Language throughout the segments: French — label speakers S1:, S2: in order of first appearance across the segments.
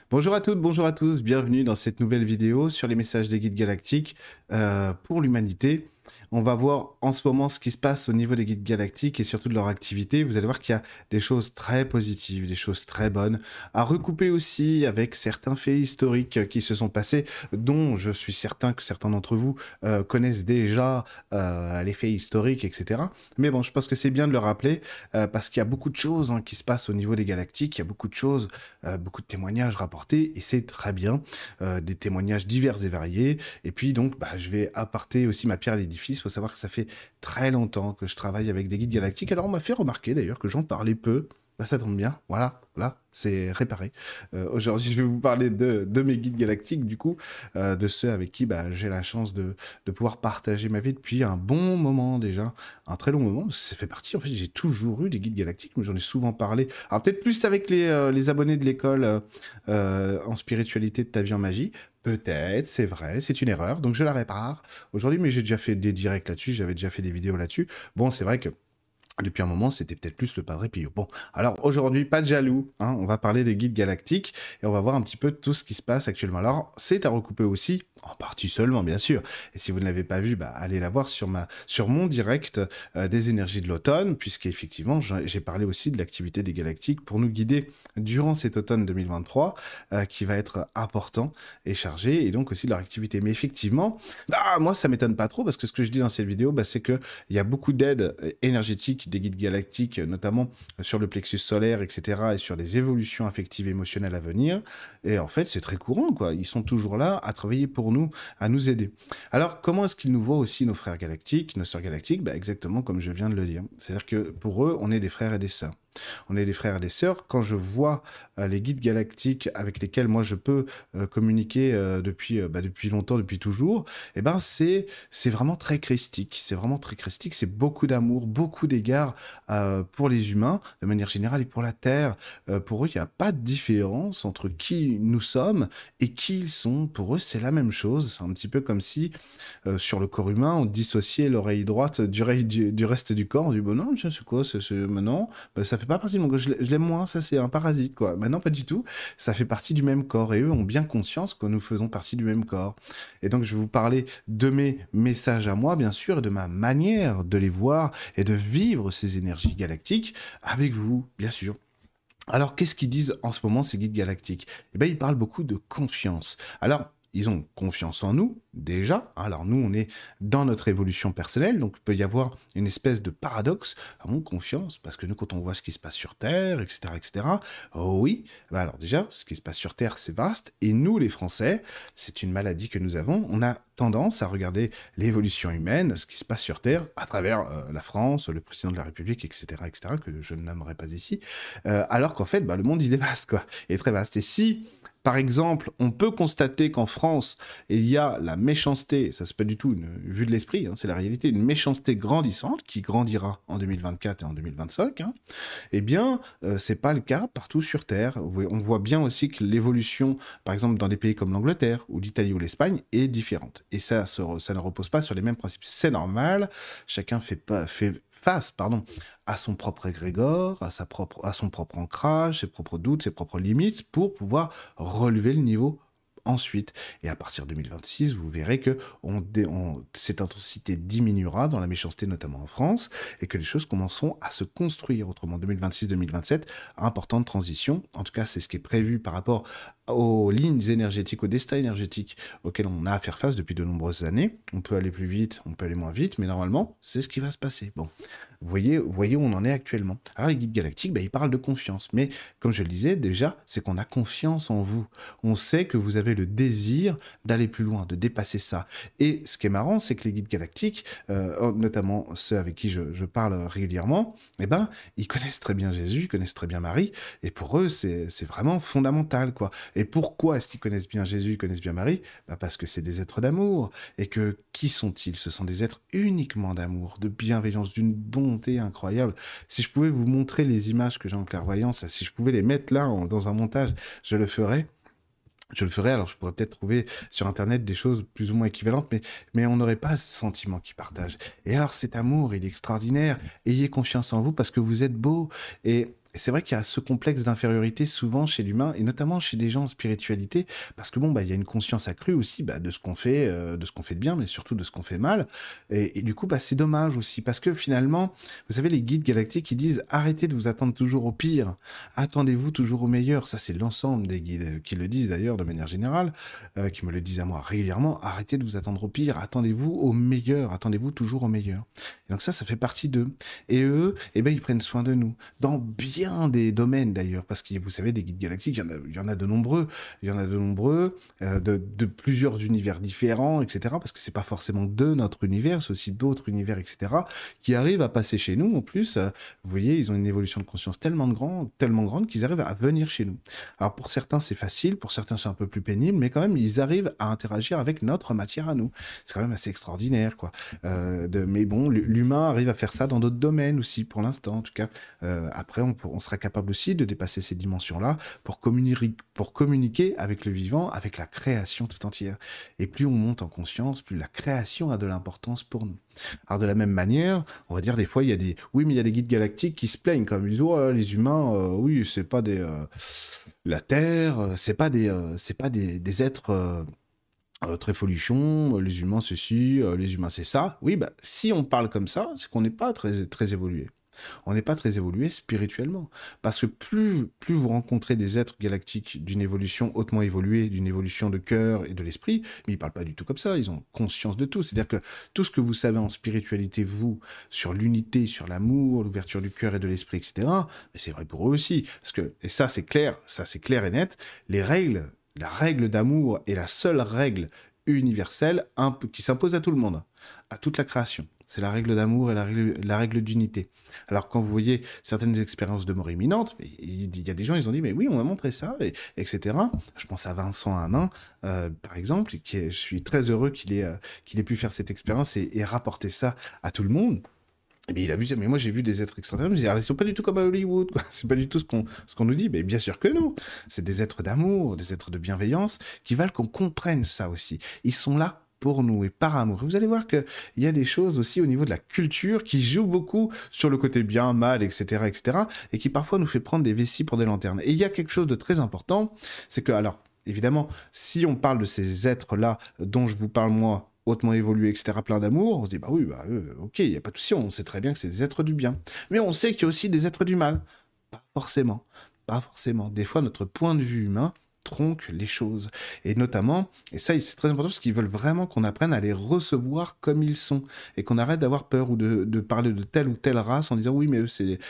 S1: Bonjour à toutes, bonjour à tous, bienvenue dans cette nouvelle vidéo sur les messages des guides galactiques pour l'humanité. On va voir en ce moment ce qui se passe au niveau des guides galactiques et surtout de leur activité. Vous allez voir qu'il y a des choses très positives, des choses très bonnes, à recouper aussi avec certains faits historiques qui se sont passés, dont je suis certain que certains d'entre vous connaissent déjà les faits historiques, etc. Mais bon, je pense que c'est bien de le rappeler parce qu'il y a beaucoup de choses qui se passent au niveau des galactiques, il y a beaucoup de choses, beaucoup de témoignages rapportés, et c'est très bien, des témoignages divers et variés. Et puis donc, je vais apporter aussi ma pierre à l'édifice. Il faut savoir que ça fait très longtemps que je travaille avec des guides galactiques. Alors on m'a fait remarquer d'ailleurs que j'en parlais peu. Ça tombe bien, voilà, là, c'est réparé. Aujourd'hui, je vais vous parler de mes guides galactiques, du coup, de ceux avec qui j'ai la chance de pouvoir partager ma vie depuis un bon moment déjà, un très long moment. Ça fait partie, en fait, j'ai toujours eu des guides galactiques, mais j'en ai souvent parlé. Alors peut-être plus avec les abonnés de l'école en spiritualité de ta vie en magie. Peut-être, c'est vrai, c'est une erreur, donc je la répare aujourd'hui, mais j'ai déjà fait des directs là-dessus, j'avais déjà fait des vidéos là-dessus. Bon, c'est vrai que depuis un moment, c'était peut-être plus le Padre Pio. Bon, alors aujourd'hui, pas de jaloux, on va parler des guides galactiques et on va voir un petit peu tout ce qui se passe actuellement. Alors, c'est à recouper aussi, en partie seulement, bien sûr. Et si vous ne l'avez pas vu, allez la voir sur mon direct des énergies de l'automne, puisqu'effectivement, j'ai parlé aussi de l'activité des galactiques pour nous guider durant cet automne 2023, qui va être important et chargé, et donc aussi leur activité. Mais effectivement, moi, ça m'étonne pas trop, parce que ce que je dis dans cette vidéo, c'est qu'il y a beaucoup d'aides énergétiques des guides galactiques, notamment sur le plexus solaire, etc., et sur des évolutions affectives et émotionnelles à venir. Et en fait, c'est très courant, quoi. Ils sont toujours là à travailler pour nous, à nous aider. Alors, comment est-ce qu'ils nous voient aussi, nos frères galactiques, nos sœurs galactiques? Exactement comme je viens de le dire. C'est-à-dire que pour eux, on est des frères et des sœurs. On est des frères et des sœurs. Quand je vois les guides galactiques avec lesquels moi je peux communiquer depuis longtemps, depuis toujours, c'est vraiment très christique. C'est vraiment très christique. C'est beaucoup d'amour, beaucoup d'égards pour les humains de manière générale et pour la Terre. Pour eux, il n'y a pas de différence entre qui nous sommes et qui ils sont. Pour eux, c'est la même chose. C'est un petit peu comme si sur le corps humain, on dissociait l'oreille droite du reste du corps. On dit, bon non, c'est quoi, maintenant, ça fait pas partie de mon corps, je l'aime moins, ça c'est un parasite, quoi. Maintenant, pas du tout, ça fait partie du même corps, et eux ont bien conscience que nous faisons partie du même corps. Et donc, je vais vous parler de mes messages à moi, bien sûr, et de ma manière de les voir et de vivre ces énergies galactiques avec vous, bien sûr. Alors, qu'est-ce qu'ils disent en ce moment, ces guides galactiques? Ils parlent beaucoup de confiance. Alors, ils ont confiance en nous, déjà. Alors, nous, on est dans notre évolution personnelle, donc il peut y avoir une espèce de paradoxe. Avons confiance, parce que nous, quand on voit ce qui se passe sur Terre, etc., oh oui, alors déjà, ce qui se passe sur Terre, c'est vaste, et nous, les Français, c'est une maladie que nous avons, on a tendance à regarder l'évolution humaine, ce qui se passe sur Terre, à travers la France, le président de la République, etc., que je ne nommerai pas ici, alors qu'en fait, le monde, il est vaste, quoi. Il est très vaste. Et si, par exemple, on peut constater qu'en France, il y a la méchanceté, ça c'est pas du tout une vue de l'esprit, c'est la réalité, une méchanceté grandissante qui grandira en 2024 et en 2025, c'est pas le cas partout sur Terre. On voit bien aussi que l'évolution, par exemple, dans des pays comme l'Angleterre, ou l'Italie ou l'Espagne, est différente. Et ça ne repose pas sur les mêmes principes. C'est normal, chacun fait face, à son propre égrégore, à son propre ancrage, ses propres doutes, ses propres limites, pour pouvoir relever le niveau ensuite. Et à partir de 2026, vous verrez que cette intensité diminuera dans la méchanceté, notamment en France, et que les choses commenceront à se construire. Autrement, 2026-2027, importante transition. En tout cas, c'est ce qui est prévu par rapport aux lignes énergétiques, au destin énergétique auquel on a à faire face depuis de nombreuses années. On peut aller plus vite, on peut aller moins vite, mais normalement, c'est ce qui va se passer. Bon, vous voyez où on en est actuellement. Alors, les guides galactiques, ils parlent de confiance. Mais, comme je le disais, déjà, c'est qu'on a confiance en vous. On sait que vous avez le désir d'aller plus loin, de dépasser ça. Et ce qui est marrant, c'est que les guides galactiques, notamment ceux avec qui je parle régulièrement, ils connaissent très bien Jésus, ils connaissent très bien Marie, et pour eux, c'est vraiment fondamental, quoi. Et pourquoi est-ce qu'ils connaissent bien Jésus, ils connaissent bien Marie? Parce que c'est des êtres d'amour. Et que, qui sont-ils? Ce sont des êtres uniquement d'amour, de bienveillance, d'une bonté incroyable. Si je pouvais vous montrer les images que j'ai en clairvoyance, si je pouvais les mettre là, dans un montage, je le ferais. Alors je pourrais peut-être trouver sur internet des choses plus ou moins équivalentes, mais on n'aurait pas ce sentiment qu'ils partagent. Et alors cet amour, il est extraordinaire. Ayez confiance en vous parce que vous êtes beau. Et Et c'est vrai qu'il y a ce complexe d'infériorité souvent chez l'humain, et notamment chez des gens en spiritualité, parce que bon, bah, il y a une conscience accrue aussi bah, de ce qu'on fait de bien, mais surtout de ce qu'on fait mal. Et du coup, bah, c'est dommage aussi, parce que finalement, vous savez, les guides galactiques, ils disent arrêtez de vous attendre toujours au pire, attendez-vous toujours au meilleur. Ça, c'est l'ensemble des guides qui le disent d'ailleurs de manière générale, qui me le disent à moi régulièrement. Arrêtez de vous attendre au pire, attendez-vous au meilleur, attendez-vous toujours au meilleur. Et donc ça fait partie d'eux. Et eux, eh ben, ils prennent soin de nous dans bien des domaines d'ailleurs, parce que vous savez, des guides galactiques, il y en a de nombreux, il y en a de nombreux, de plusieurs univers différents, etc. Parce que c'est pas forcément de notre univers, c'est aussi d'autres univers, etc. qui arrivent à passer chez nous. En plus, vous voyez, ils ont une évolution de conscience tellement grande qu'ils arrivent à venir chez nous. Alors pour certains, c'est facile, pour certains, c'est un peu plus pénible, mais quand même, ils arrivent à interagir avec notre matière à nous. C'est quand même assez extraordinaire, quoi. Mais bon, l'humain arrive à faire ça dans d'autres domaines aussi, pour l'instant, en tout cas. Après, on sera capable aussi de dépasser ces dimensions-là pour communiquer avec le vivant, avec la création tout entière. Et plus on monte en conscience, plus la création a de l'importance pour nous. Alors de la même manière, on va dire des fois, oui, mais il y a des guides galactiques qui se plaignent comme ils disent, oh, les humains, oui, c'est pas la Terre, c'est pas des êtres très folichons, les humains ceci, les humains c'est ça. Oui, bah si on parle comme ça, c'est qu'on n'est pas très évolué. On n'est pas très évolué spirituellement. Parce que plus vous rencontrez des êtres galactiques d'une évolution hautement évoluée, d'une évolution de cœur et de l'esprit, mais ils ne parlent pas du tout comme ça, ils ont conscience de tout. C'est-à-dire que tout ce que vous savez en spiritualité, vous, sur l'unité, sur l'amour, l'ouverture du cœur et de l'esprit, etc., mais c'est vrai pour eux aussi. Et ça c'est clair et net, la règle d'amour est la seule règle universelle qui s'impose à tout le monde, à toute la création. C'est la règle d'amour et la règle d'unité. Alors quand vous voyez certaines expériences de mort imminente, il y a des gens, ils ont dit, mais oui, on m'a montré ça, etc. Je pense à Vincent Hamin, par exemple, je suis très heureux qu'il ait pu faire cette expérience et rapporter ça à tout le monde. Mais il a vu, mais moi j'ai vu des êtres extraterrestres, ils sont pas du tout comme à Hollywood, quoi. C'est pas du tout ce qu'on nous dit, mais bien sûr que non. C'est des êtres d'amour, des êtres de bienveillance, qui veulent qu'on comprenne ça aussi. Ils sont là pour nous et par amour. Et vous allez voir qu'il y a des choses aussi au niveau de la culture qui jouent beaucoup sur le côté bien, mal, etc., etc., et qui parfois nous fait prendre des vessies pour des lanternes. Et il y a quelque chose de très important, c'est que, alors, évidemment, si on parle de ces êtres-là dont je vous parle moi, hautement évolués, etc., plein d'amour, on se dit, bah oui, bah ok, il n'y a pas de souci, on sait très bien que c'est des êtres du bien. Mais on sait qu'il y a aussi des êtres du mal. Pas forcément. Pas forcément. Des fois, notre point de vue humain tronque les choses. Et notamment, et ça c'est très important parce qu'ils veulent vraiment qu'on apprenne à les recevoir comme ils sont et qu'on arrête d'avoir peur ou de parler de telle ou telle race en disant oui mais eux c'est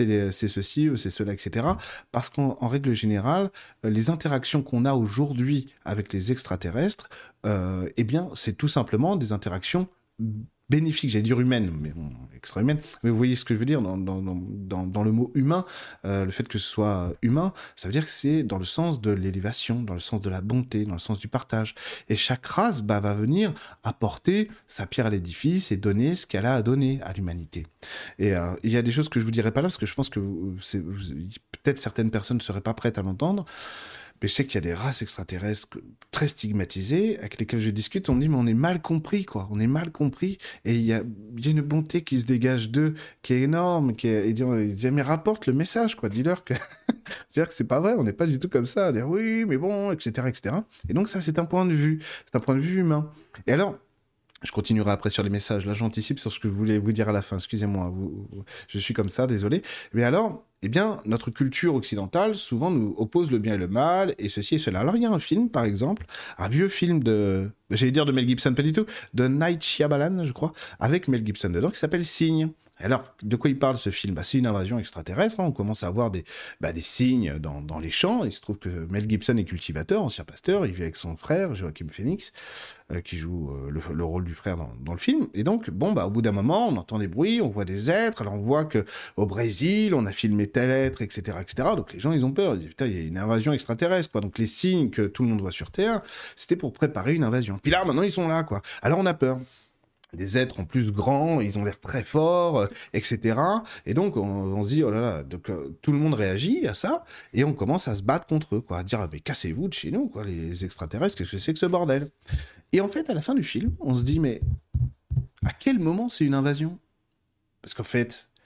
S1: ceci, eux c'est cela, etc. Parce qu'en règle générale, les interactions qu'on a aujourd'hui avec les extraterrestres, eh bien c'est tout simplement des interactions bénéfique, j'allais dire humaine, mais bon, extra-humaine, mais vous voyez ce que je veux dire dans le mot humain, le fait que ce soit humain, ça veut dire que c'est dans le sens de l'élévation, dans le sens de la bonté, dans le sens du partage. Et chaque race va venir apporter sa pierre à l'édifice et donner ce qu'elle a à donner à l'humanité. Et il y a des choses que je vous dirai pas là, parce que je pense que peut-être certaines personnes ne seraient pas prêtes à l'entendre, mais je sais qu'il y a des races extraterrestres très stigmatisées avec lesquelles je discute. On me dit, mais on est mal compris, quoi. On est mal compris. Et il y a une bonté qui se dégage d'eux, qui est énorme. Ils disent, mais rapporte le message, quoi. Dis-leur que, dis-leur que c'est pas vrai. On n'est pas du tout comme ça. Dire, oui, mais bon, etc., etc. Et donc, ça, c'est un point de vue. C'est un point de vue humain. Et alors, je continuerai après sur les messages. Là, j'anticipe sur ce que je voulais vous dire à la fin. Excusez-moi, je suis comme ça, désolé. Mais alors, eh bien, notre culture occidentale, souvent, nous oppose le bien et le mal, et ceci et cela. Alors, il y a un film, par exemple, un vieux film j'allais dire de Mel Gibson, pas du tout, de Night Shyamalan, je crois, avec Mel Gibson dedans, qui s'appelle Signe. Alors, de quoi il parle ce film ? C'est une invasion extraterrestre, hein. On commence à avoir des signes dans les champs. Il se trouve que Mel Gibson est cultivateur, ancien pasteur, il vit avec son frère, Joaquin Phoenix, qui joue le rôle du frère dans le film. Et donc, au bout d'un moment, on entend des bruits, on voit des êtres, alors on voit qu'au Brésil, on a filmé tel être, etc., etc. Donc les gens, ils ont peur, ils disent, putain, il y a une invasion extraterrestre, quoi. Donc les signes que tout le monde voit sur Terre, c'était pour préparer une invasion. Puis là, maintenant, ils sont là, quoi. Alors on a peur. Des êtres en plus grands, ils ont l'air très forts, etc. Et donc, on se dit, oh là là, donc, tout le monde réagit à ça, et on commence à se battre contre eux, quoi, à dire, mais cassez-vous de chez nous, quoi, les extraterrestres, qu'est-ce que c'est que ce bordel ? Et en fait, à la fin du film, on se dit, mais à quel moment c'est une invasion ? Parce qu'en fait,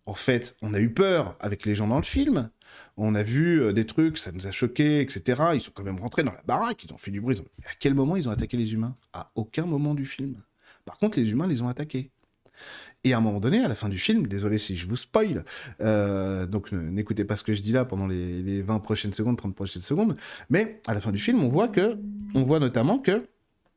S1: en fait, on a eu peur avec les gens dans le film. On a vu des trucs, ça nous a choqués, etc. Ils sont quand même rentrés dans la baraque, ils ont fait du bruit. À quel moment ils ont attaqué les humains? À aucun moment du film. Par contre, les humains les ont attaqués. Et à un moment donné, à la fin du film, désolé si je vous spoil, donc n'écoutez pas ce que je dis là pendant les 20 prochaines secondes, 30 prochaines secondes, mais à la fin du film, on voit notamment que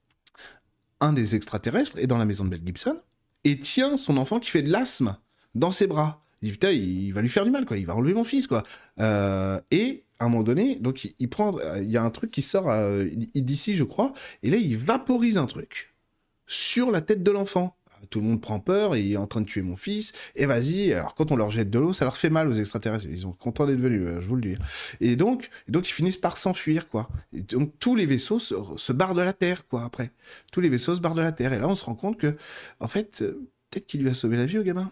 S1: un des extraterrestres est dans la maison de Mel Gibson et tient son enfant qui fait de l'asthme dans ses bras. Il dit putain, il va lui faire du mal, quoi. Il va enlever mon fils, quoi. Et à un moment donné, donc il y a un truc qui sort d'ici, je crois, et là il vaporise un truc sur la tête de l'enfant. Tout le monde prend peur, et il est en train de tuer mon fils, et vas-y, alors quand on leur jette de l'eau, ça leur fait mal aux extraterrestres, ils sont contents d'être venus, je vous le dis. Et donc ils finissent par s'enfuir, quoi. Et donc tous les vaisseaux se barrent de la Terre, quoi, après. Tous les vaisseaux se barrent de la Terre, et là on se rend compte que, en fait, peut-être qu'il lui a sauvé la vie au gamin.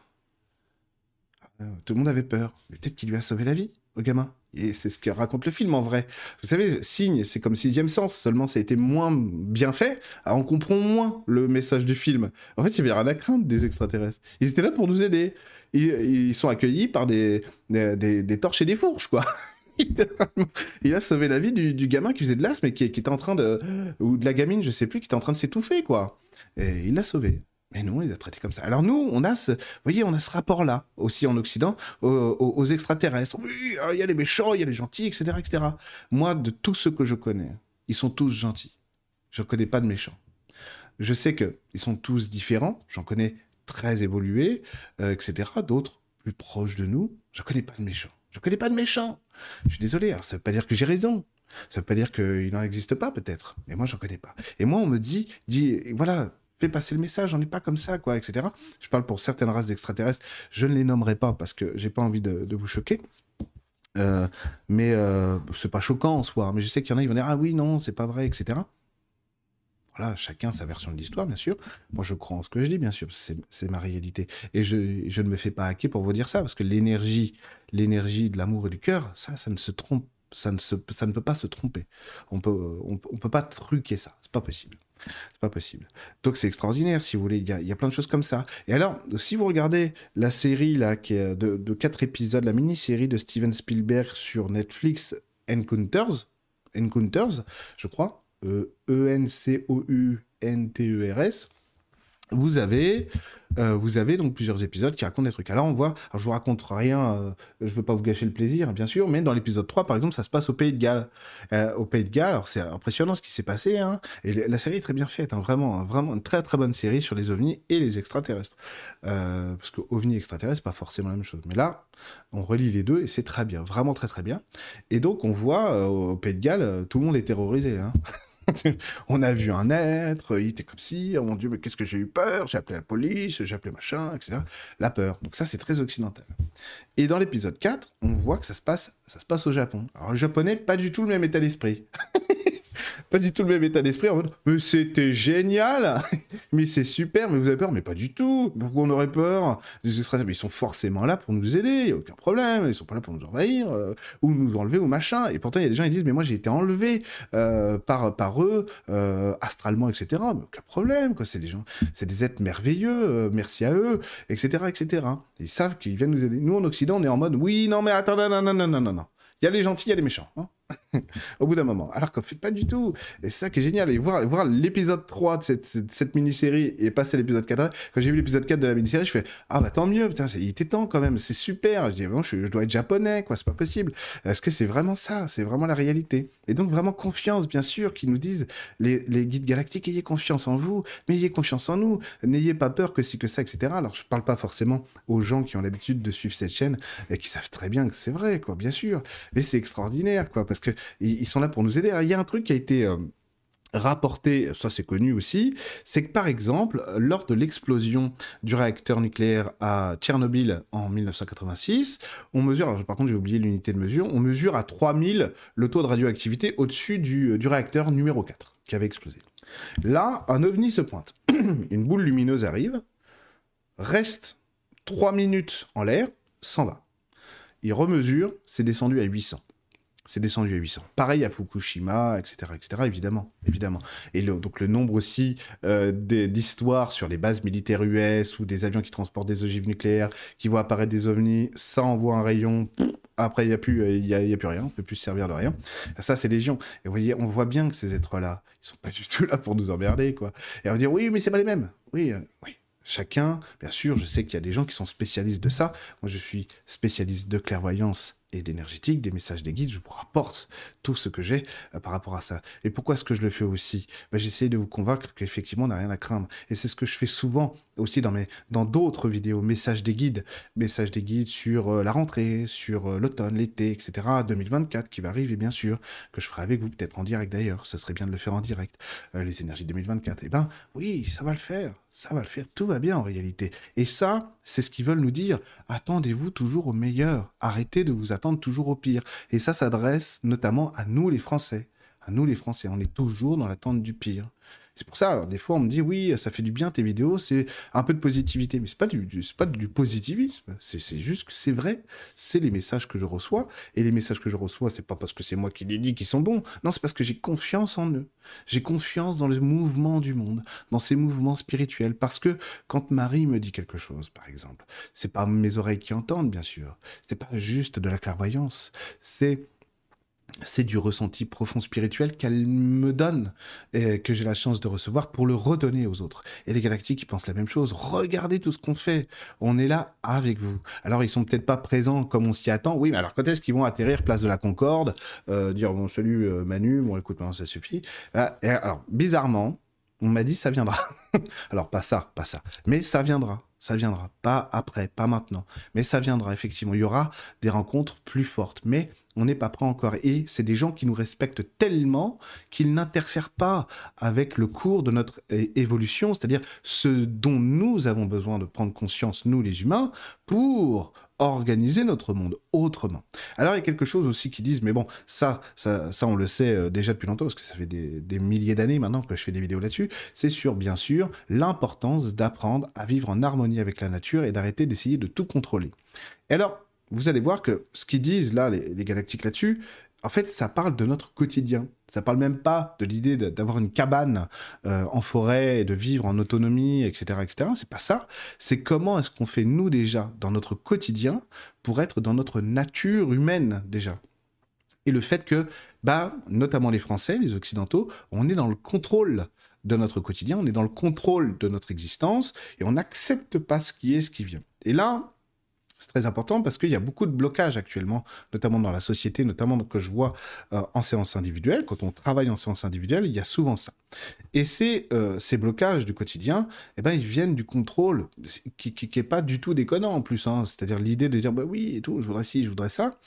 S1: Tout le monde avait peur, mais peut-être qu'il lui a sauvé la vie au gamin. Et c'est ce que raconte le film en vrai. Vous savez, Signe, c'est comme Sixième Sens, seulement ça a été moins bien fait, alors on comprend moins le message du film. En fait, il y avait rien à craindre des extraterrestres. Ils étaient là pour nous aider. Ils sont accueillis par des torches et des fourches, quoi. Il a sauvé la vie du gamin qui faisait de l'asthme et qui était en train de... Ou de la gamine, je sais plus, qui était en train de s'étouffer, quoi. Et il l'a sauvé. Mais non, on les a traités comme ça. Alors nous, on a ce rapport-là, aussi en Occident, aux extraterrestres. Oui, il y a les méchants, il y a les gentils, etc., etc. Moi, de tous ceux que je connais, ils sont tous gentils. Je ne connais pas de méchants. Je sais qu'ils sont tous différents. J'en connais très évolués, etc. D'autres plus proches de nous. Je ne connais pas de méchants. Je ne connais pas de méchants. Je suis désolé, alors ça ne veut pas dire que j'ai raison. Ça ne veut pas dire qu'il n'en existe pas, peut-être. Mais moi, j'en connais pas. Et moi, on me dit voilà, fais passer le message, on n'est pas comme ça, quoi, etc. Je parle pour certaines races d'extraterrestres. Je ne les nommerai pas parce que j'ai pas envie de vous choquer. Mais c'est pas choquant en soi. Mais je sais qu'il y en a, ils vont dire ah oui, non, c'est pas vrai, etc. Voilà, chacun sa version de l'histoire, bien sûr. Moi, je crois en ce que je dis, bien sûr, c'est ma réalité. Et je ne me fais pas hacker pour vous dire ça, parce que l'énergie de l'amour et du cœur, ça ne se trompe, ça ne peut pas se tromper. On peut pas truquer ça, c'est pas possible. C'est pas possible. Donc c'est extraordinaire, si vous voulez. Il y a plein de choses comme ça. Et alors, si vous regardez la série là, qui est de 4 épisodes, la mini-série de Steven Spielberg sur Netflix, Encounters, je crois, Encounters, vous avez donc plusieurs épisodes qui racontent des trucs. Alors je vous raconte rien, je veux pas vous gâcher le plaisir, bien sûr, mais dans l'épisode 3, par exemple, ça se passe au Pays de Galles. Au Pays de Galles, alors c'est impressionnant ce qui s'est passé, hein, et la série est très bien faite, hein, vraiment une très très bonne série sur les ovnis et les extraterrestres. Parce que ovnis et extraterrestres, c'est pas forcément la même chose. Mais là, on relie les deux et c'est très bien, vraiment très très bien. Et donc on voit au Pays de Galles, tout le monde est terrorisé, hein. On a vu un être, il était comme si, oh mon Dieu, mais qu'est-ce que j'ai eu peur, j'ai appelé la police, j'ai appelé machin, etc. La peur. Donc ça, c'est très occidental. Et dans l'épisode 4, on voit que ça se passe au Japon. Alors le japonais, pas du tout le même état d'esprit. Pas du tout le même état d'esprit, en mode « Mais c'était génial. Mais c'est super, mais vous avez peur ?» Mais pas du tout. Pourquoi on aurait peur? Des extraterrestres, mais ils sont forcément là pour nous aider, il n'y a aucun problème. Ils sont pas là pour nous envahir, ou nous enlever, ou machin. Et pourtant, il y a des gens qui disent « Mais moi, j'ai été enlevé par eux, astralement, etc. » Mais aucun problème, quoi. C'est des êtres merveilleux, merci à eux, etc., etc. Et ils savent qu'ils viennent nous aider. Nous, en Occident, on est en mode « Oui, non, mais attends, non. Il y a les gentils, il y a les méchants. Hein. » Au bout d'un moment. Alors qu'on fait pas du tout. Et c'est ça qui est génial. Et voir l'épisode 3 de cette mini-série et passer l'épisode 4. Quand j'ai vu l'épisode 4 de la mini-série, je fais ah bah tant mieux, putain, il était temps quand même, c'est super. Je dis bon, je dois être japonais, quoi, c'est pas possible. Est-ce que c'est vraiment ça? C'est vraiment la réalité. Et donc vraiment confiance, bien sûr, qu'ils nous disent les guides galactiques, ayez confiance en vous, mais ayez confiance en nous, n'ayez pas peur que si, que ça, etc. Alors je parle pas forcément aux gens qui ont l'habitude de suivre cette chaîne et qui savent très bien que c'est vrai, quoi, bien sûr. Mais c'est extraordinaire, quoi, parce que ils sont là pour nous aider. Alors, il y a un truc qui a été rapporté, ça c'est connu aussi, c'est que par exemple, lors de l'explosion du réacteur nucléaire à Tchernobyl en 1986, on mesure, alors par contre j'ai oublié l'unité de mesure, on mesure à 3000 le taux de radioactivité au-dessus du réacteur numéro 4 qui avait explosé. Là, un ovni se pointe. Une boule lumineuse arrive, reste 3 minutes en l'air, s'en va. Il remesure, c'est descendu à 800. c'est descendu à 800. Pareil à Fukushima, etc., évidemment, évidemment. Et donc le nombre aussi d'histoires sur les bases militaires US ou des avions qui transportent des ogives nucléaires, qui voient apparaître des ovnis, ça envoie un rayon, après il n'y a plus rien, on ne peut plus se servir de rien. Ça, c'est légion. Et vous voyez, on voit bien que ces êtres-là, ils sont pas du tout là pour nous emmerder, quoi. Et on va dire, oui, mais c'est pas les mêmes. Oui, oui. Chacun, bien sûr, je sais qu'il y a des gens qui sont spécialistes de ça. Moi, je suis spécialiste de clairvoyance et d'énergétique, des messages des guides. Je vous rapporte tout ce que j'ai par rapport à ça. Et pourquoi est-ce que je le fais aussi? J'essaie de vous convaincre qu'effectivement, on n'a rien à craindre. Et c'est ce que je fais souvent aussi dans d'autres vidéos, messages des guides sur la rentrée, sur l'automne, l'été, etc. 2024 qui va arriver, bien sûr, que je ferai avec vous, peut-être en direct d'ailleurs. Ce serait bien de le faire en direct, les énergies 2024. Eh ben, oui, ça va le faire. Ça va le faire. Tout va bien en réalité. Et ça, c'est ce qu'ils veulent nous dire. Attendez-vous toujours au meilleur. Arrêtez de vous attendre toujours au pire. Et ça s'adresse notamment à nous les Français. À nous les Français. On est toujours dans l'attente du pire. C'est pour ça, alors des fois on me dit oui, ça fait du bien tes vidéos, c'est un peu de positivité, mais c'est pas du positivisme, c'est juste que c'est vrai, c'est les messages que je reçois, et les messages que je reçois, c'est pas parce que c'est moi qui les dis qu'ils sont bons, non, c'est parce que j'ai confiance en eux, j'ai confiance dans le mouvement du monde, dans ces mouvements spirituels, parce que quand Marie me dit quelque chose, par exemple, c'est pas mes oreilles qui entendent, bien sûr, c'est pas juste de la clairvoyance, c'est du ressenti profond spirituel qu'elle me donne, et que j'ai la chance de recevoir pour le redonner aux autres. Et les galactiques, ils pensent la même chose. Regardez tout ce qu'on fait. On est là avec vous. Alors, ils sont peut-être pas présents comme on s'y attend. Oui, mais alors quand est-ce qu'ils vont atterrir place de la Concorde, dire bon, salut Manu, bon écoute, maintenant ça suffit. Et alors, bizarrement, on m'a dit ça viendra. Alors, pas ça. Mais ça viendra. Ça viendra. Pas après, pas maintenant. Mais ça viendra, effectivement. Il y aura des rencontres plus fortes. Mais on n'est pas prêt encore. Et c'est des gens qui nous respectent tellement qu'ils n'interfèrent pas avec le cours de notre évolution, c'est-à-dire ce dont nous avons besoin de prendre conscience, nous les humains, pour organiser notre monde autrement. Alors il y a quelque chose aussi qui disent, mais bon, ça on le sait déjà depuis longtemps, parce que ça fait des milliers d'années maintenant que je fais des vidéos là-dessus, c'est sur, bien sûr, l'importance d'apprendre à vivre en harmonie avec la nature et d'arrêter d'essayer de tout contrôler. Et alors, vous allez voir que ce qu'ils disent là, les galactiques là-dessus, en fait, ça parle de notre quotidien. Ça parle même pas de l'idée d'avoir une cabane en forêt et de vivre en autonomie, etc., etc. C'est pas ça. C'est comment est-ce qu'on fait nous déjà dans notre quotidien pour être dans notre nature humaine déjà. Et le fait que, notamment les Français, les Occidentaux, on est dans le contrôle de notre quotidien, on est dans le contrôle de notre existence et on n'accepte pas ce qui est, ce qui vient. Et là, c'est très important parce qu'il y a beaucoup de blocages actuellement, notamment dans la société, notamment que je vois en séance individuelle. Quand on travaille en séance individuelle, il y a souvent ça. Et ces blocages du quotidien, ils viennent du contrôle, qui n'est pas du tout déconnant en plus. Hein. C'est-à-dire l'idée de dire, oui, et tout, je voudrais ci, je voudrais ça.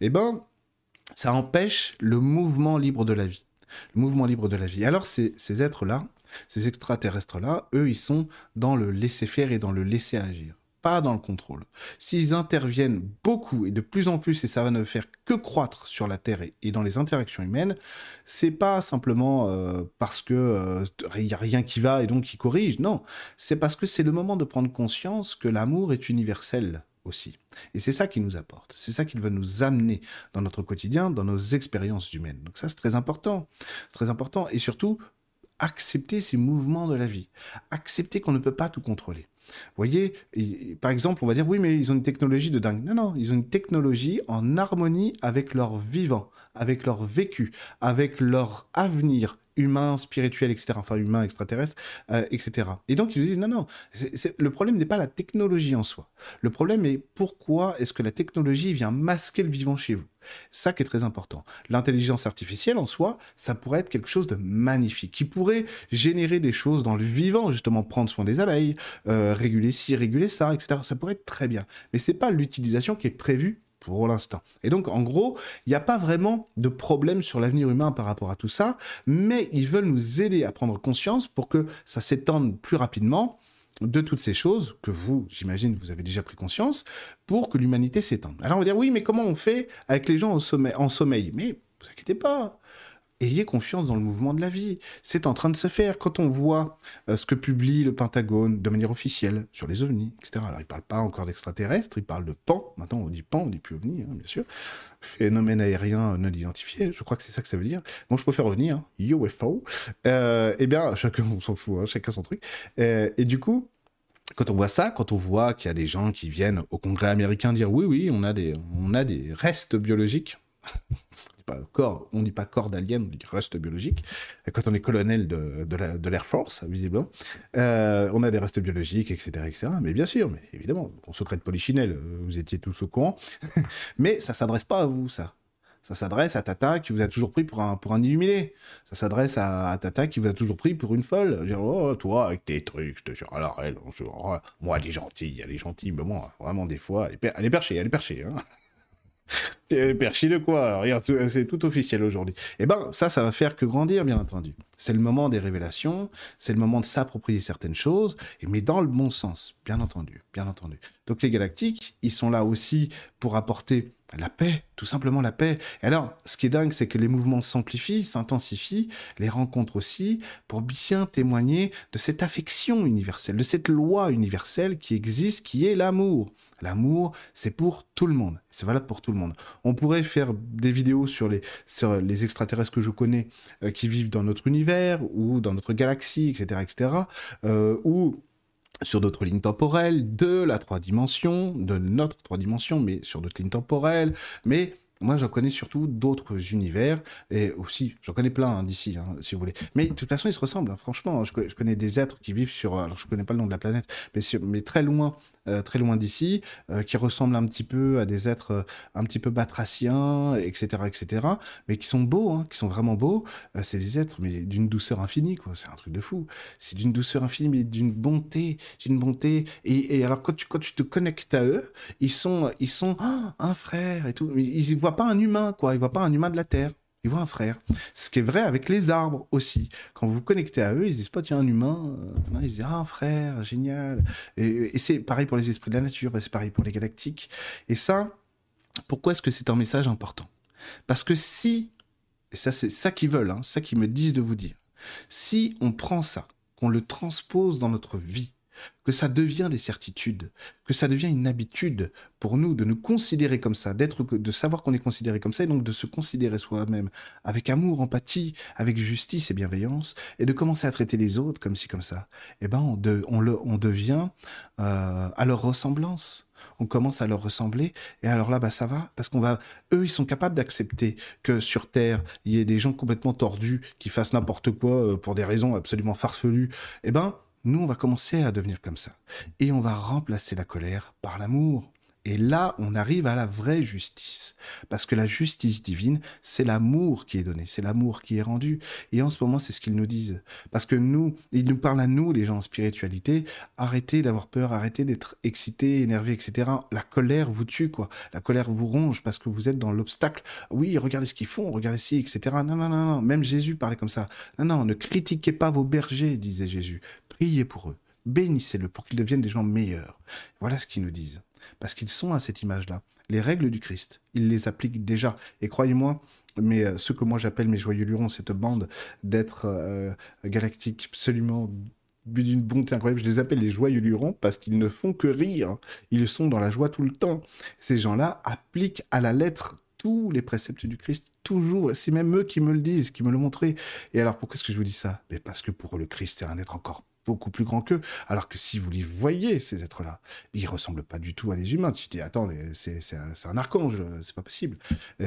S1: Ça empêche le mouvement libre de la vie. Le mouvement libre de la vie. Alors, ces êtres-là, ces extraterrestres-là, eux, ils sont dans le laisser-faire et dans le laisser-agir. Pas dans le contrôle. S'ils interviennent beaucoup et de plus en plus, et ça va ne faire que croître sur la Terre et dans les interactions humaines, c'est pas simplement parce que y a rien qui va et donc qui corrige. Non, c'est parce que c'est le moment de prendre conscience que l'amour est universel aussi. Et c'est ça qui nous apporte. C'est ça qui va nous amener dans notre quotidien, dans nos expériences humaines. Donc ça, c'est très important. C'est très important. Et surtout, accepter ces mouvements de la vie. Accepter qu'on ne peut pas tout contrôler. Vous voyez, par exemple, on va dire, oui, mais ils ont une technologie de dingue. Non, ils ont une technologie en harmonie avec leur vivant, avec leur vécu, avec leur avenir humain, spirituel, etc. Enfin, humain, extraterrestre, etc. Et donc, ils nous disent, non, le problème n'est pas la technologie en soi. Le problème est pourquoi est-ce que la technologie vient masquer le vivant chez vous. Ça qui est très important. L'intelligence artificielle en soi, ça pourrait être quelque chose de magnifique, qui pourrait générer des choses dans le vivant, justement prendre soin des abeilles, réguler ci, réguler ça, etc. Ça pourrait être très bien. Mais c'est pas l'utilisation qui est prévue pour l'instant. Et donc, en gros, il n'y a pas vraiment de problème sur l'avenir humain par rapport à tout ça, mais ils veulent nous aider à prendre conscience pour que ça s'étende plus rapidement de toutes ces choses que vous, j'imagine, vous avez déjà pris conscience, pour que l'humanité s'étende. Alors on va dire, oui, mais comment on fait avec les gens en sommeil? Mais ne vous inquiétez pas, ayez confiance dans le mouvement de la vie. C'est en train de se faire. Quand on voit ce que publie le Pentagone de manière officielle sur les ovnis, etc. Alors, il ne parle pas encore d'extraterrestres, il parle de PAN. Maintenant, on dit PAN, on ne dit plus ovnis, hein, bien sûr. Phénomène aérien non identifié. Je crois que c'est ça que ça veut dire. Bon, je préfère ovni, hein. UFO. Eh bien, chacun, on s'en fout, hein, chacun son truc. Et du coup, quand on voit ça, quand on voit qu'il y a des gens qui viennent au Congrès américain dire oui, oui, on a des restes biologiques. On ne dit pas corps d'alien, on dit restes biologiques. Quand on est colonel de l'Air Force, visiblement, on a des restes biologiques, etc., etc. Mais bien sûr, mais évidemment, on secret de Polichinelle, vous étiez tous au courant. Mais ça ne s'adresse pas à vous, ça. Ça s'adresse à Tata qui vous a toujours pris pour un illuminé. Ça s'adresse à Tata qui vous a toujours pris pour une folle. Dire, oh, toi, avec tes trucs, je te jure. Alors, moi, elle est gentille, mais moi, vraiment, des fois, elle est perchée. Hein. Perché de quoi? Regarde, c'est tout officiel aujourd'hui. Eh ben, ça va faire que grandir, bien entendu. C'est le moment des révélations, c'est le moment de s'approprier certaines choses, mais dans le bon sens, bien entendu, bien entendu. Donc les galactiques, ils sont là aussi pour apporter la paix, tout simplement la paix. Et alors, ce qui est dingue, c'est que les mouvements s'amplifient, s'intensifient, les rencontres aussi, pour bien témoigner de cette affection universelle, de cette loi universelle qui existe, qui est l'amour. L'amour, c'est pour tout le monde. C'est valable pour tout le monde. On pourrait faire des vidéos sur les extraterrestres que je connais qui vivent dans notre univers ou dans notre galaxie, etc., etc., ou sur d'autres lignes temporelles de la 3 dimensions, de notre 3 dimensions, mais sur d'autres lignes temporelles. Mais moi, j'en connais surtout d'autres univers, et aussi, j'en connais plein d'ici, hein, si vous voulez. Mais de toute façon, ils se ressemblent, hein, franchement. Je connais des êtres qui vivent sur... Alors, je connais pas le nom de la planète, mais très loin d'ici, qui ressemblent un petit peu à des êtres un petit peu batraciens, etc., etc., mais qui sont beaux, hein, qui sont vraiment beaux. C'est des êtres, mais d'une douceur infinie, quoi. C'est un truc de fou. C'est d'une douceur infinie, mais d'une bonté, d'une bonté. Et alors, quand tu te connectes à eux, ils sont un frère et tout. Ils voient pas un humain, quoi. Ils voient pas un humain de la Terre. Ils voient un frère. Ce qui est vrai avec les arbres aussi. Quand vous vous connectez à eux, ils se disent pas, tiens, un humain. Non, ils se disent, ah, un frère, génial. Et c'est pareil pour les esprits de la nature, c'est pareil pour les galactiques. Et ça, pourquoi est-ce que c'est un message important? Parce que si, et ça c'est ça qu'ils veulent, hein, ça qu'ils me disent de vous dire, si on prend ça, qu'on le transpose dans notre vie, que ça devient des certitudes, que ça devient une habitude pour nous de nous considérer comme ça, de savoir qu'on est considéré comme ça, et donc de se considérer soi-même avec amour, empathie, avec justice et bienveillance, et de commencer à traiter les autres comme ci, comme ça, eh ben on devient à leur ressemblance. On commence à leur ressembler, et alors là, bah ça va, parce eux, ils sont capables d'accepter que sur Terre, il y ait des gens complètement tordus qui fassent n'importe quoi pour des raisons absolument farfelues. Eh ben, nous, on va commencer à devenir comme ça. Et on va remplacer la colère par l'amour. Et là, on arrive à la vraie justice. Parce que la justice divine, c'est l'amour qui est donné, c'est l'amour qui est rendu. Et en ce moment, c'est ce qu'ils nous disent. Parce que ils nous parlent à nous, les gens en spiritualité, arrêtez d'avoir peur, arrêtez d'être excités, énervés, etc. La colère vous tue, quoi. La colère vous ronge parce que vous êtes dans l'obstacle. Oui, regardez ce qu'ils font, regardez ci, etc. Non, non, non, non. Même Jésus parlait comme ça. Non, non, ne critiquez pas vos bergers, disait Jésus. Priez pour eux. Bénissez-le pour qu'ils deviennent des gens meilleurs. Voilà ce qu'ils nous disent. Parce qu'ils sont à cette image-là. Les règles du Christ, ils les appliquent déjà. Et croyez-moi, mais ce que moi j'appelle mes joyeux lurons, cette bande d'êtres galactiques absolument d'une bonté incroyable, je les appelle les joyeux lurons parce qu'ils ne font que rire. Ils sont dans la joie tout le temps. Ces gens-là appliquent à la lettre tous les préceptes du Christ, toujours. C'est même eux qui me le disent, qui me le montrent. Et alors pourquoi est-ce que je vous dis ça? Mais parce que pour eux, le Christ est un être encore beaucoup plus grand qu'eux. Alors que si vous les voyez, ces êtres-là, ils ressemblent pas du tout à les humains. Tu te dis, attends, c'est un archange, c'est pas possible.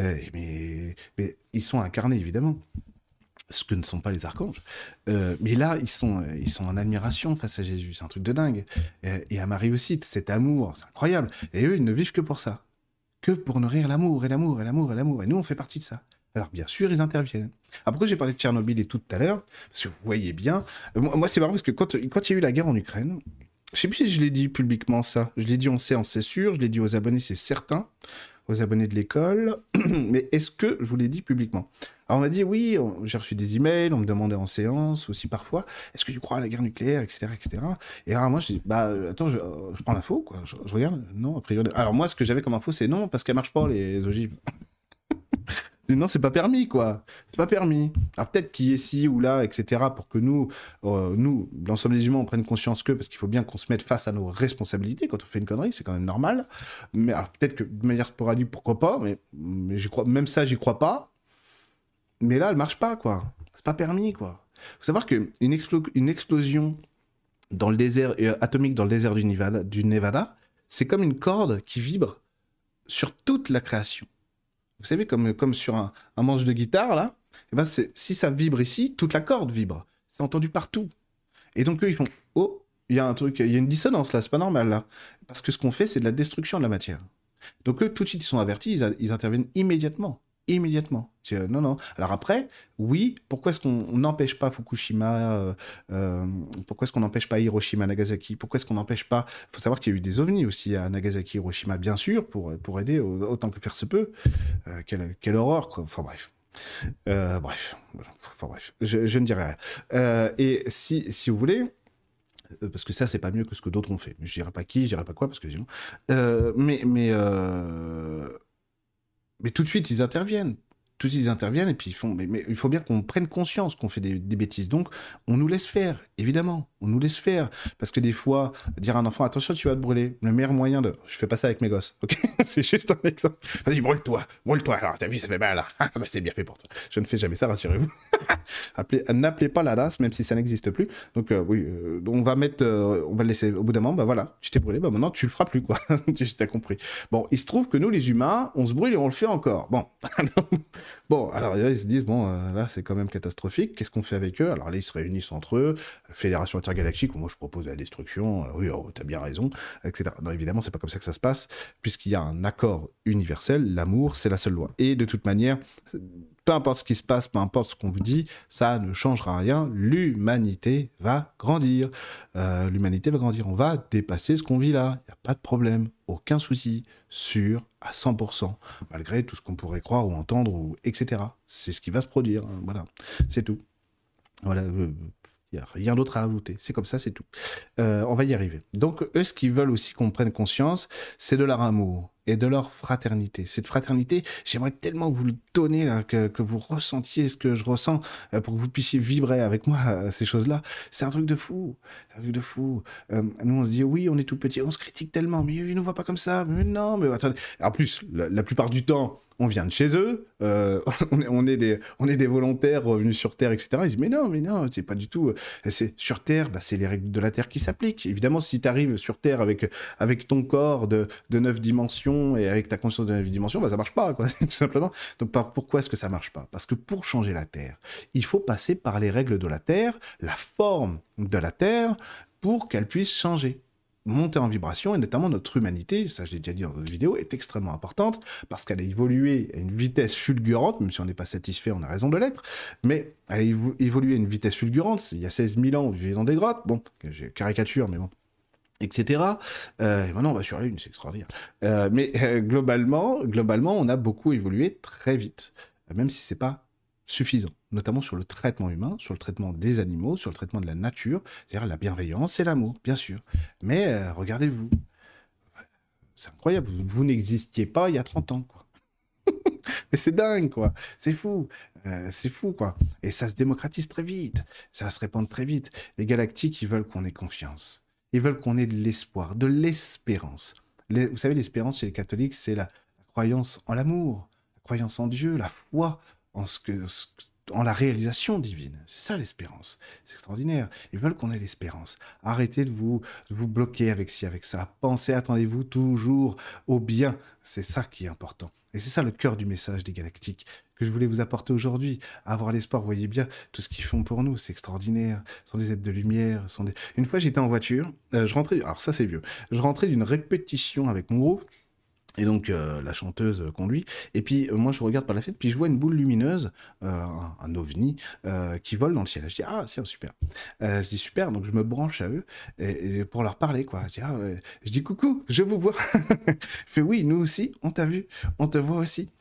S1: Mais ils sont incarnés, évidemment. Ce que ne sont pas les archanges. Mais là, ils sont en admiration face à Jésus. C'est un truc de dingue. Et à Marie aussi, cet amour, c'est incroyable. Et eux, ils ne vivent que pour ça. Que pour nourrir l'amour, et l'amour, et l'amour, et l'amour. Et nous, on fait partie de ça. Alors, bien sûr, ils interviennent. Alors, pourquoi j'ai parlé de Tchernobyl et tout à l'heure? Parce que vous voyez bien... moi, c'est marrant parce que quand il y a eu la guerre en Ukraine, je sais plus si je l'ai dit publiquement, ça. Je l'ai dit en séance, c'est sûr. Je l'ai dit aux abonnés, c'est certain. Aux abonnés de l'école. Mais est-ce que je vous l'ai dit publiquement? Alors, on m'a dit, oui, j'ai reçu des emails, on me demandait en séance aussi parfois, est-ce que tu crois à la guerre nucléaire, etc., etc. Et alors, moi, je dis, bah, attends, je prends l'info, quoi. Je regarde. Non, a priori... Alors, moi, ce que j'avais comme info, c'est non, parce qu'elle marche pas, les ogives. Sinon, c'est pas permis, quoi. C'est pas permis. Alors peut-être qu'il y ait ci ou là, etc., pour que nous, l'ensemble des humains, on prenne conscience que, parce qu'il faut bien qu'on se mette face à nos responsabilités quand on fait une connerie, c'est quand même normal. Mais alors peut-être que de manière sporadique, pourquoi pas, mais j'y crois, même ça, j'y crois pas. Mais là, elle marche pas, quoi. C'est pas permis, quoi. Faut savoir qu'une une explosion dans le désert atomique dans le désert du Nevada, c'est comme une corde qui vibre sur toute la création. Vous savez, comme sur un manche de guitare, là, eh ben si ça vibre ici, toute la corde vibre. C'est entendu partout. Et donc, eux, ils font oh, il y a un truc, il y a une dissonance là, c'est pas normal là. Parce que ce qu'on fait, c'est de la destruction de la matière. Donc, eux, tout de suite, ils sont avertis, ils interviennent immédiatement. Immédiatement. Non, non. Alors après, oui, pourquoi est-ce qu'on n'empêche pas Fukushima pourquoi est-ce qu'on n'empêche pas Hiroshima, Nagasaki? Pourquoi est-ce qu'on n'empêche pas... Il faut savoir qu'il y a eu des ovnis aussi à Nagasaki, Hiroshima, bien sûr, pour aider autant que faire se peut. Quelle horreur, quoi. Enfin bref. Bref. Enfin bref. Je ne dirai rien. Et si vous voulez... Parce que ça, c'est pas mieux que ce que d'autres ont fait. Je dirais pas qui, je dirais pas quoi, parce que sinon... Mais tout de suite, ils interviennent. Tout de suite, ils interviennent et puis ils font. Mais il faut bien qu'on prenne conscience qu'on fait des bêtises. Donc, on nous laisse faire, évidemment. On nous laisse faire. Parce que des fois, dire à un enfant, attention, tu vas te brûler. Le meilleur moyen de. Je fais pas ça avec mes gosses, ok? C'est juste un exemple. Vas-y, brûle-toi. Brûle-toi. Alors, t'as vu, ça fait mal. Ah, bah, c'est bien fait pour toi. Je ne fais jamais ça, rassurez-vous. N'appelez pas la DAS, même si ça n'existe plus. Donc, oui, on va le laisser. Au bout d'un moment, bah voilà, tu t'es brûlé, bah maintenant, tu le feras plus, quoi. Tu as compris. Bon, il se trouve que nous, les humains, on se brûle et on le fait encore. Bon. Bon, alors là, ils se disent, bon, là, c'est quand même catastrophique. Qu'est-ce qu'on fait avec eux? Alors là, ils se réunissent entre eux. Fédération intergalactique, où moi, je propose la destruction. Oui, oh, t'as bien raison, etc. Non, évidemment, c'est pas comme ça que ça se passe, puisqu'il y a un accord universel. L'amour, c'est la seule loi. Et de toute manière, peu importe ce qui se passe, peu importe ce qu'on vous dit, ça ne changera rien. L'humanité va grandir. L'humanité va grandir. On va dépasser ce qu'on vit là. Il n'y a pas de problème. Aucun souci. Sûr à 100%. Malgré tout ce qu'on pourrait croire ou entendre, etc. C'est ce qui va se produire. Hein, voilà. C'est tout. Voilà. Il n'y a rien d'autre à ajouter. C'est comme ça, c'est tout. On va y arriver. Donc, eux, ce qu'ils veulent aussi qu'on prenne conscience, c'est de leur amour et de leur fraternité. Cette fraternité, j'aimerais tellement vous le donner, là, que vous ressentiez ce que je ressens, pour que vous puissiez vibrer avec moi ces choses-là. C'est un truc de fou. C'est un truc de fou. Nous, on se dit, oui, on est tout petit, on se critique tellement, mais ils ne nous voient pas comme ça. Mais non, mais attendez. En plus, la plupart du temps, on vient de chez eux, on est des volontaires revenus sur Terre, etc. Ils disent, mais non, c'est pas du tout. C'est sur Terre, bah, c'est les règles de la Terre qui s'appliquent. Évidemment, si tu arrives sur Terre avec ton corps de 9 dimensions et avec ta conscience de 9 dimensions, bah, ça marche pas, quoi, tout simplement. Donc, pourquoi est-ce que ça marche pas? Parce que pour changer la Terre, il faut passer par les règles de la Terre, la forme de la Terre, pour qu'elle puisse changer. Monter en vibration, et notamment notre humanité, ça je l'ai déjà dit dans d'autres vidéos, est extrêmement importante, parce qu'elle a évolué à une vitesse fulgurante, même si on n'est pas satisfait, on a raison de l'être, mais elle a évolué à une vitesse fulgurante. Il y a 16 000 ans, on vivait dans des grottes, bon, j'ai caricature, mais bon, etc. Et maintenant, on va sur la Lune, c'est extraordinaire. Globalement, on a beaucoup évolué très vite, même si c'est pas suffisant, notamment sur le traitement humain, sur le traitement des animaux, sur le traitement de la nature, c'est-à-dire la bienveillance et l'amour, bien sûr. Mais regardez-vous, c'est incroyable, vous n'existiez pas il y a 30 ans, quoi. Mais c'est dingue, quoi. C'est fou, quoi. Et ça se démocratise très vite, ça va se répandre très vite. Les galactiques, ils veulent qu'on ait confiance. Ils veulent qu'on ait de l'espoir, de l'espérance. Vous savez, l'espérance chez les catholiques, c'est la croyance en l'amour, la croyance en Dieu, la foi en la réalisation divine. C'est ça l'espérance. C'est extraordinaire. Ils veulent qu'on ait l'espérance. Arrêtez de vous bloquer avec ci, avec ça. Pensez, attendez-vous toujours au bien. C'est ça qui est important. Et c'est ça le cœur du message des Galactiques que je voulais vous apporter aujourd'hui. Avoir l'espoir, vous voyez bien, tout ce qu'ils font pour nous, c'est extraordinaire. Ce sont des êtres de lumière. Une fois, j'étais en voiture, je rentrais, alors ça c'est vieux, je rentrais d'une répétition avec mon groupe. Et donc, la chanteuse conduit. Et puis, moi, je regarde par la fenêtre, puis je vois une boule lumineuse, un ovni, qui vole dans le ciel. Je dis, ah, c'est super. Je dis, super. Donc, je me branche à eux et pour leur parler, quoi. Je dis, coucou, je vous vois. Je fais, oui, nous aussi, on t'a vu, on te voit aussi.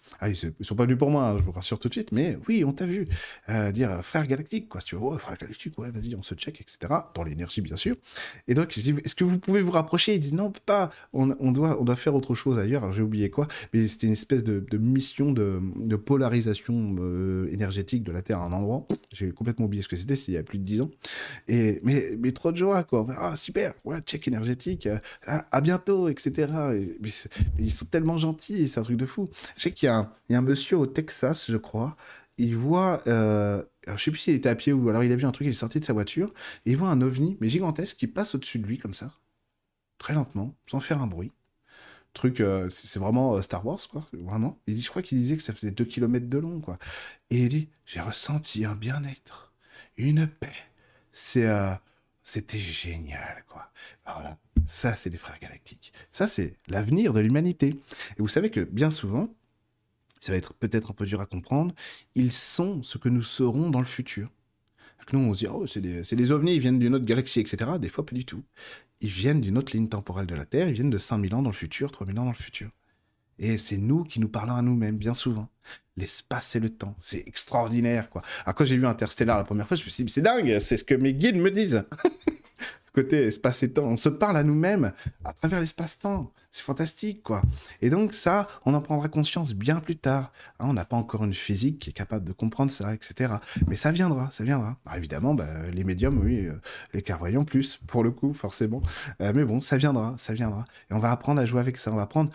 S1: Ah, ils sont pas venus pour moi, hein, je vous rassure tout de suite, mais oui, on t'a vu. Dire frère galactique, quoi. Si tu veux, ouais, frère galactique, ouais, vas-y, on se check, etc. Dans l'énergie, bien sûr. Et donc, je dis, est-ce que vous pouvez vous rapprocher? Ils disent, non, on peut pas, on doit faire autre chose ailleurs. Alors, j'ai oublié quoi, mais c'était une espèce de mission de polarisation énergétique de la Terre à un endroit. J'ai complètement oublié ce que c'était il y a plus de 10 ans. Mais trop de joie, quoi. Ah, super, ouais, check énergétique, à bientôt, etc. Mais ils sont tellement gentils, c'est un truc de fou. Je sais qu'il y a un monsieur au Texas, je crois, il voit, alors je sais plus s'il était à pied ou alors il a vu un truc, il est sorti de sa voiture, et il voit un ovni, mais gigantesque, qui passe au-dessus de lui, comme ça, très lentement, sans faire un bruit. Truc, c'est vraiment Star Wars, quoi, vraiment. Je crois qu'il disait que ça faisait 2 kilomètres de long, quoi. Et il dit, j'ai ressenti un bien-être, une paix. C'est, c'était génial, quoi. Alors là, ça, c'est les frères galactiques. Ça, c'est l'avenir de l'humanité. Et vous savez que bien souvent, ça va être peut-être un peu dur à comprendre, ils sont ce que nous serons dans le futur. Donc nous, on se dit, oh, c'est des ovnis, ils viennent d'une autre galaxie, etc. Des fois, pas du tout. Ils viennent d'une autre ligne temporelle de la Terre, ils viennent de 5000 ans dans le futur, 3000 ans dans le futur. Et c'est nous qui nous parlons à nous-mêmes, bien souvent. L'espace et le temps, c'est extraordinaire, quoi. Alors, quand j'ai vu Interstellar la première fois, je me suis dit, c'est dingue, c'est ce que mes guides me disent. Ce côté espace et temps, on se parle à nous-mêmes à travers l'espace-temps. C'est fantastique, quoi. Et donc, ça, on en prendra conscience bien plus tard. Hein, on n'a pas encore une physique qui est capable de comprendre ça, etc. Mais ça viendra, ça viendra. Alors, évidemment, bah, les médiums, oui, les clairvoyants plus, pour le coup, forcément. Mais bon, ça viendra, ça viendra. Et on va apprendre à jouer avec ça. On va apprendre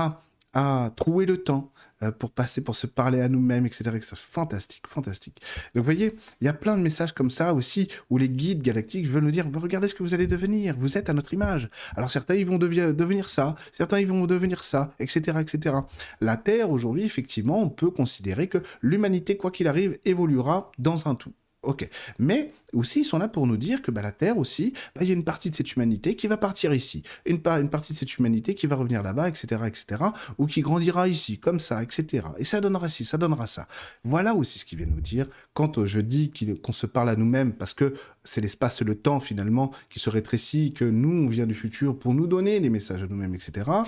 S1: à trouver le temps pour se parler à nous-mêmes, etc. C'est fantastique, fantastique. Donc, vous voyez, il y a plein de messages comme ça aussi, où les guides galactiques veulent nous dire, regardez ce que vous allez devenir, vous êtes à notre image. Alors, certains, ils vont devenir ça, certains, ils vont devenir ça, etc., etc. La Terre, aujourd'hui, effectivement, on peut considérer que l'humanité, quoi qu'il arrive, évoluera dans un tout. Ok. Mais aussi, ils sont là pour nous dire que bah, la Terre aussi, bah, il y a une partie de cette humanité qui va partir ici, une partie de cette humanité qui va revenir là-bas, etc., etc., ou qui grandira ici, comme ça, etc. Et ça donnera ci, ça donnera ça. Voilà aussi ce qu'ils viennent nous dire quand je dis qu'on se parle à nous-mêmes, parce que c'est l'espace et le temps, finalement, qui se rétrécit, que nous, on vient du futur pour nous donner des messages à nous-mêmes, etc.,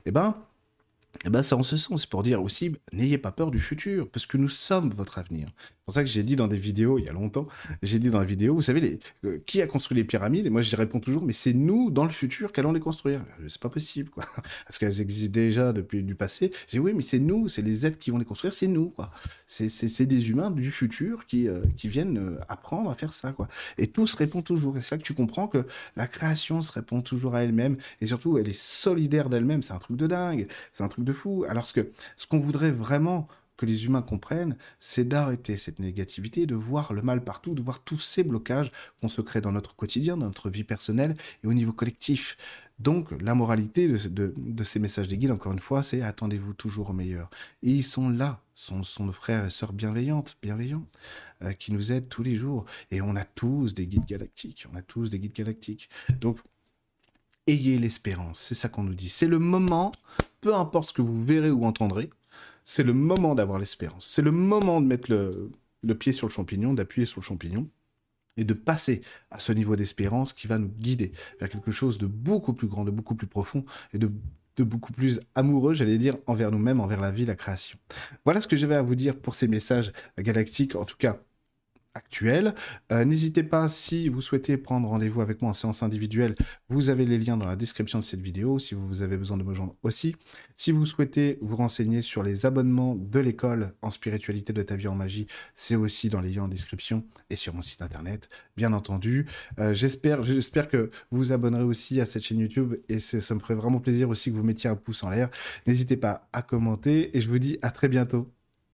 S1: eh ben, ça en ce sens, c'est pour dire aussi, n'ayez pas peur du futur, parce que nous sommes votre avenir. C'est pour ça que j'ai dit dans des vidéos, il y a longtemps, j'ai dit dans la vidéo, vous savez, qui a construit les pyramides? Et moi, je réponds toujours, mais c'est nous, dans le futur, qu'allons les construire. C'est pas possible, quoi. Parce qu'elles existent déjà depuis du passé. J'ai dit, oui, mais c'est nous, c'est les êtres qui vont les construire, c'est nous, quoi. C'est des humains du futur qui viennent apprendre à faire ça, quoi. Et tout se répond toujours. Et c'est là que tu comprends que la création se répond toujours à elle-même, et surtout, elle est solidaire d'elle-même. C'est un truc de dingue. C'est un truc de fou. Alors que ce qu'on voudrait vraiment que les humains comprennent, c'est d'arrêter cette négativité, de voir le mal partout, de voir tous ces blocages qu'on se crée dans notre quotidien, dans notre vie personnelle et au niveau collectif. Donc, la moralité de ces messages des guides, encore une fois, c'est attendez-vous toujours au meilleur. Et ils sont là, sont nos frères et sœurs bienveillants, qui nous aident tous les jours. Et on a tous des guides galactiques. On a tous des guides galactiques. Donc, ayez l'espérance, c'est ça qu'on nous dit. C'est le moment, peu importe ce que vous verrez ou entendrez, c'est le moment d'avoir l'espérance. C'est le moment de mettre le pied sur le champignon, d'appuyer sur le champignon, et de passer à ce niveau d'espérance qui va nous guider vers quelque chose de beaucoup plus grand, de beaucoup plus profond, et de beaucoup plus amoureux, j'allais dire, envers nous-mêmes, envers la vie, la création. Voilà ce que j'avais à vous dire pour ces messages galactiques, en tout cas actuelle. N'hésitez pas, si vous souhaitez prendre rendez-vous avec moi en séance individuelle, vous avez les liens dans la description de cette vidéo, si vous avez besoin de me joindre aussi. Si vous souhaitez vous renseigner sur les abonnements de l'école en spiritualité de ta vie en magie, c'est aussi dans les liens en description et sur mon site internet, bien entendu. J'espère que vous vous abonnerez aussi à cette chaîne YouTube et ça me ferait vraiment plaisir aussi que vous mettiez un pouce en l'air. N'hésitez pas à commenter et je vous dis à très bientôt.